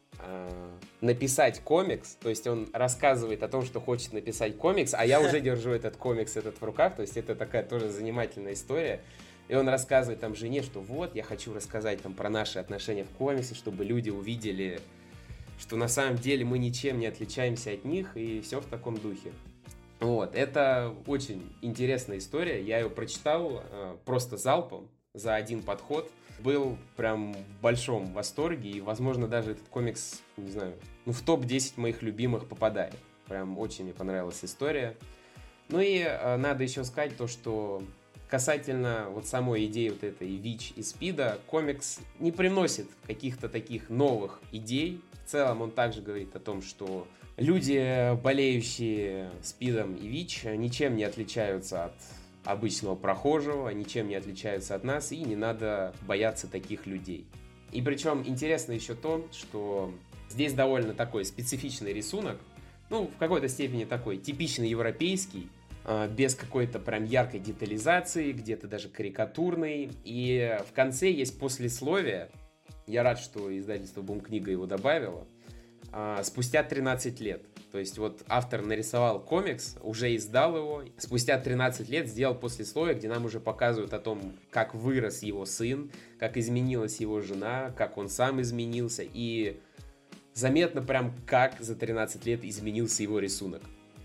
написать комикс, то есть он рассказывает о том, что хочет написать комикс, а я уже держу этот комикс этот в руках, то есть это такая тоже занимательная история, и он рассказывает там жене, что вот, я хочу рассказать там про наши отношения в комиксе, чтобы люди увидели, что на самом деле мы ничем не отличаемся от них, и все в таком духе. Вот, это очень интересная история, я ее прочитал э, просто залпом, за один подход. Был прям в большом восторге, и, возможно, даже этот комикс, не знаю, ну, в топ десять моих любимых попадает. Прям очень мне понравилась история. Ну и э, надо еще сказать то, что касательно вот самой идеи вот этой ВИЧ и СПИДа, комикс не приносит каких-то таких новых идей. В целом он также говорит о том, что люди, болеющие СПИДом и ВИЧ, ничем не отличаются от обычного прохожего, ничем не отличаются от нас, и не надо бояться таких людей. И причем интересно еще то, что здесь довольно такой специфичный рисунок, ну, в какой-то степени такой типичный европейский, без какой-то прям яркой детализации, где-то даже карикатурный, и в конце есть послесловие, я рад, что издательство Бум-книга его добавило, спустя тринадцать лет. То есть вот автор нарисовал комикс, уже издал его, спустя тринадцать лет сделал послесловие, где нам уже показывают о том, как вырос его сын, как изменилась его жена, как он сам изменился, и заметно прям, как за тринадцать лет изменился его рисунок.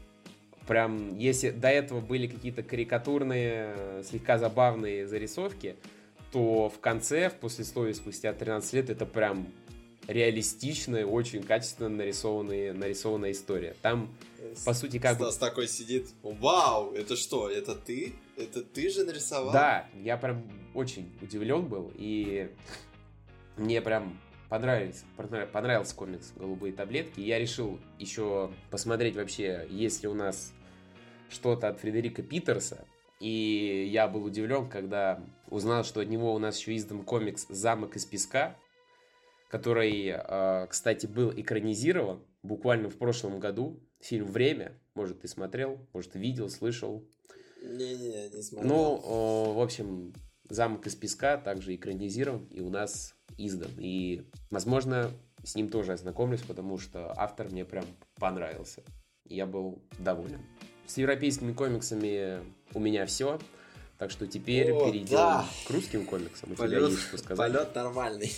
Прям, если до этого были какие-то карикатурные, слегка забавные зарисовки, то в конце, в послесловии спустя тринадцать лет, это прям реалистичная, очень качественно нарисованная, нарисованная история. Там, по сути, как Стас бы... такой сидит, вау, это что, это ты? Это ты же нарисовал? Да, я прям очень удивлен был, и мне прям понравился, понравился комикс «Голубые таблетки». Я решил еще посмотреть вообще, есть ли у нас что-то от Фредерико Питерса, и я был удивлен, когда узнал, что от него у нас еще издан комикс «Замок из песка», который, кстати, был экранизирован буквально в прошлом году. Фильм «Время». Может, ты смотрел, может, видел, слышал. Не-не, не смотрел. Ну, в общем, «Замок из песка» также экранизирован и у нас издан. И, возможно, с ним тоже ознакомлюсь, потому что автор мне прям понравился. Я был доволен. С европейскими комиксами у меня все. Так что теперь О, перейдем да. к русским комиксам. У полет, тебя есть что сказать? Полет нормальный.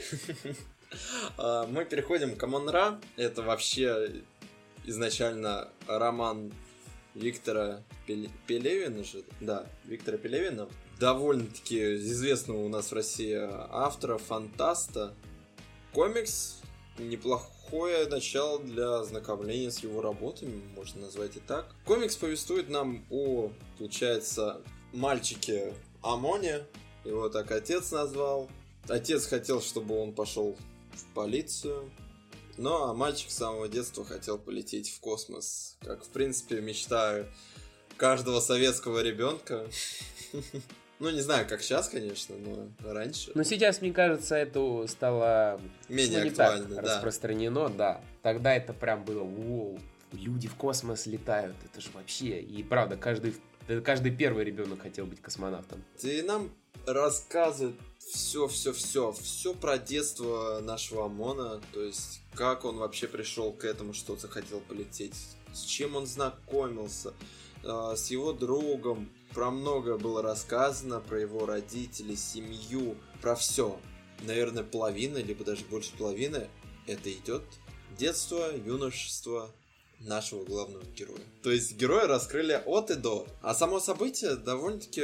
Мы переходим к Амон-Ра. Это вообще изначально роман Виктора Пелевина же. Да, Виктора Пелевина. Довольно-таки известного у нас в России автора, фантаста. Комикс неплохое начало для ознакомления с его работами, можно назвать и так. Комикс повествует нам о, получается, мальчике Амоне, его так отец назвал. Отец хотел, чтобы он пошел в полицию, но а мальчик с самого детства хотел полететь в космос, как, в принципе, мечта каждого советского ребенка. Ну, не знаю, как сейчас, конечно, но раньше. Но сейчас, мне кажется, это стало менее ну, не актуально, так да. распространено, да. Тогда это прям было, воу, люди в космос летают, это же вообще. И правда, каждый Это каждый первый ребенок хотел быть космонавтом. Ты нам рассказывает все, все, все, все про детство нашего Амона, то есть как он вообще пришел к этому, что захотел полететь, с чем он знакомился, э, с его другом, про многое было рассказано, про его родителей, семью, про все. Наверное, половина, либо даже больше половины, это идет детство, юношество нашего главного героя. То есть героя раскрыли от и до. А само событие довольно-таки,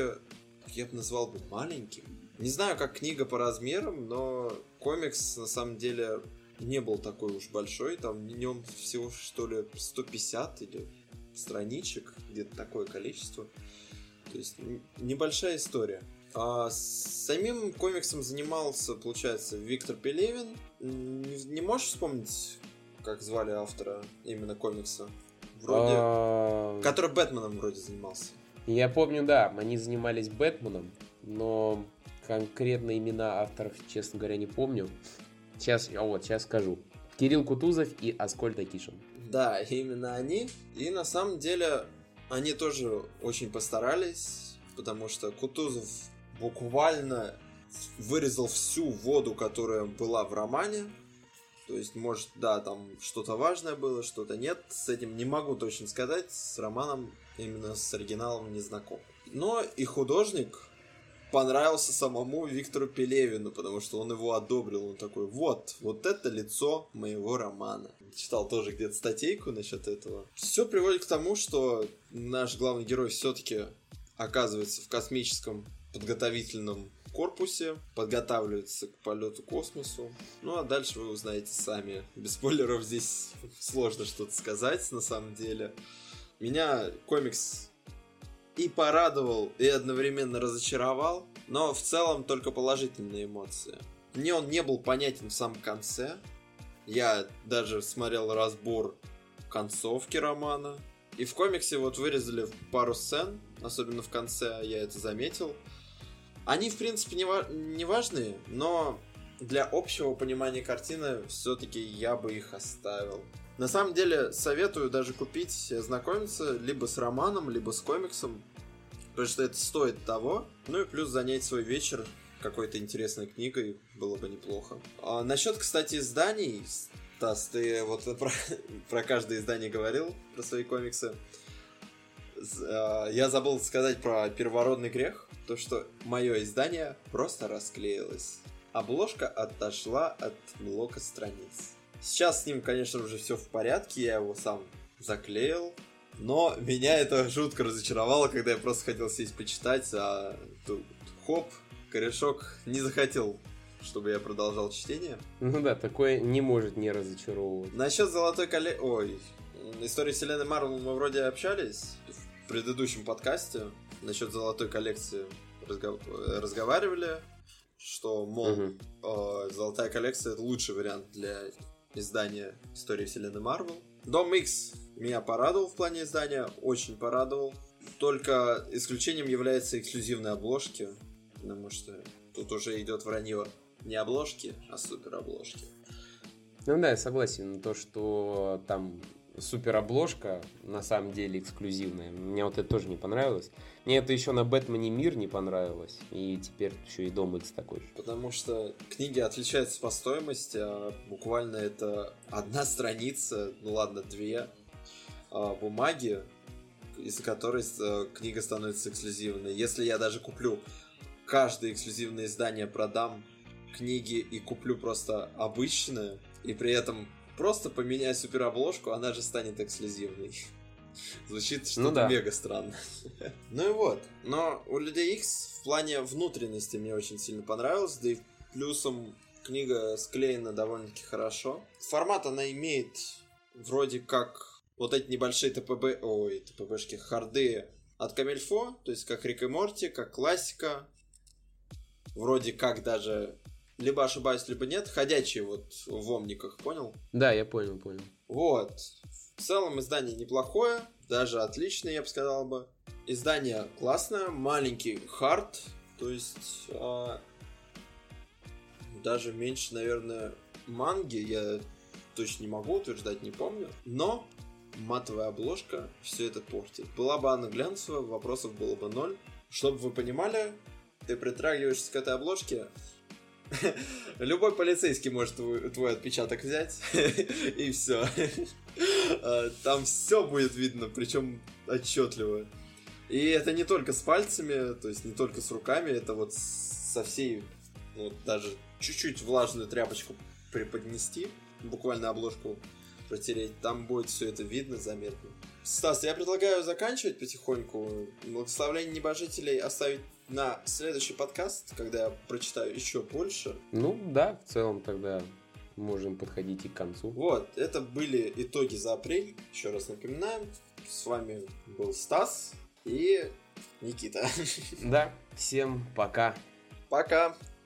я бы назвал бы, маленьким. Не знаю, как книга по размерам, но комикс на самом деле не был такой уж большой. Там в нем всего, что ли, сто пятьдесят или страничек, где-то такое количество. То есть небольшая история. А самим комиксом занимался, получается, Виктор Пелевин. Не, не можешь вспомнить, как звали автора именно комикса? Вроде... А... Который Бэтменом вроде занимался. Я помню, да, они занимались Бэтменом, но конкретно имена авторов, честно говоря, не помню. Сейчас, а вот, сейчас скажу. Кирилл Кутузов и Аскольд Акишин. Да, именно они. И на самом деле они тоже очень постарались, потому что Кутузов буквально вырезал всю воду, которая была в романе. То есть, может, да, там что-то важное было, что-то нет. С этим не могу точно сказать. С романом, именно с оригиналом, не знаком. Но и художник понравился самому Виктору Пелевину, потому что он его одобрил. Он такой, вот, вот это лицо моего романа. Читал тоже где-то статейку насчет этого. Все приводит к тому, что наш главный герой все-таки оказывается в космическом подготовительном корпусе, подготавливается к полету к космосу. Ну а дальше вы узнаете сами. Без спойлеров здесь сложно что-то сказать на самом деле. Меня комикс и порадовал, и одновременно разочаровал, но в целом только положительные эмоции. Мне он не был понятен в самом конце. Я даже смотрел разбор концовки романа. И в комиксе вот вырезали пару сцен, особенно в конце, я это заметил. Они, в принципе, не, ва- не важные, но для общего понимания картины все-таки я бы их оставил. На самом деле, советую даже купить, ознакомиться либо с романом, либо с комиксом, потому что это стоит того. Ну и плюс занять свой вечер какой-то интересной книгой было бы неплохо. А насчет, кстати, изданий, Стас, ты вот про, про каждое издание говорил, про свои комиксы. Я забыл сказать про «Первородный грех», то что мое издание просто расклеилось. Обложка отошла от блока страниц. Сейчас с ним, конечно, уже все в порядке, я его сам заклеил, но меня это жутко разочаровало, когда я просто хотел сесть почитать, а тут хоп, корешок не захотел, чтобы я продолжал чтение. Ну да, такое не может не разочаровывать. Насчет золотой коллекции... Ой, истории вселенной Марвел мы вроде общались в предыдущем подкасте. Насчет золотой коллекции разго... разговаривали, что, мол, угу. э, золотая коллекция — это лучший вариант для издания истории вселенной Марвел. Дом Икс меня порадовал в плане издания, очень порадовал. Только исключением являются эксклюзивные обложки, потому что тут уже идет вранье. Не обложки, а супер обложки. Ну да, я согласен. То, что там супер обложка на самом деле эксклюзивная. Мне вот это тоже не понравилось. Мне это еще на Бэтмене Мир не понравилось. И теперь еще и Дом Икс такой же. Потому что книги отличаются по стоимости. А буквально это одна страница, ну ладно, две а, бумаги, из-за которой а, книга становится эксклюзивной. Если я даже куплю каждое эксклюзивное издание, продам книги и куплю просто обычное, и при этом просто поменяю суперобложку, она же станет эксклюзивной. Звучит что-то ну да. мега странно. Ну и вот. Но у Людей Икс в плане внутренности мне очень сильно понравилось, да и плюсом книга склеена довольно-таки хорошо. Формат она имеет вроде как вот эти небольшие ТПБ, ой, ТПБшки, харды от Камильфо, то есть как Рик и Морти, как классика. Вроде как даже, либо ошибаюсь, либо нет, ходячие вот в омниках, понял? Да, я понял, понял. Вот. В целом издание неплохое, даже отличное, я бы сказал бы. Издание классное, маленький хард, то есть а, даже меньше, наверное, манги, я точно не могу утверждать, не помню. Но матовая обложка все это портит. Была бы она глянцевая, вопросов было бы ноль. Чтобы вы понимали, ты притрагиваешься к этой обложке, любой полицейский может твой, твой отпечаток взять, и все. Там все будет видно, причем отчетливо. И это не только с пальцами, то есть не только с руками, это вот со всей, вот даже чуть-чуть влажную тряпочку преподнести, буквально обложку протереть, там будет все это видно, заметно. Стас, я предлагаю заканчивать потихоньку. Благословление небожителей оставить на следующий подкаст, когда я прочитаю еще больше. Ну да, в целом тогда можем подходить и к концу. Вот, это были итоги за апрель. Еще раз напоминаем, с вами был Стас и Никита. Да, всем пока. Пока.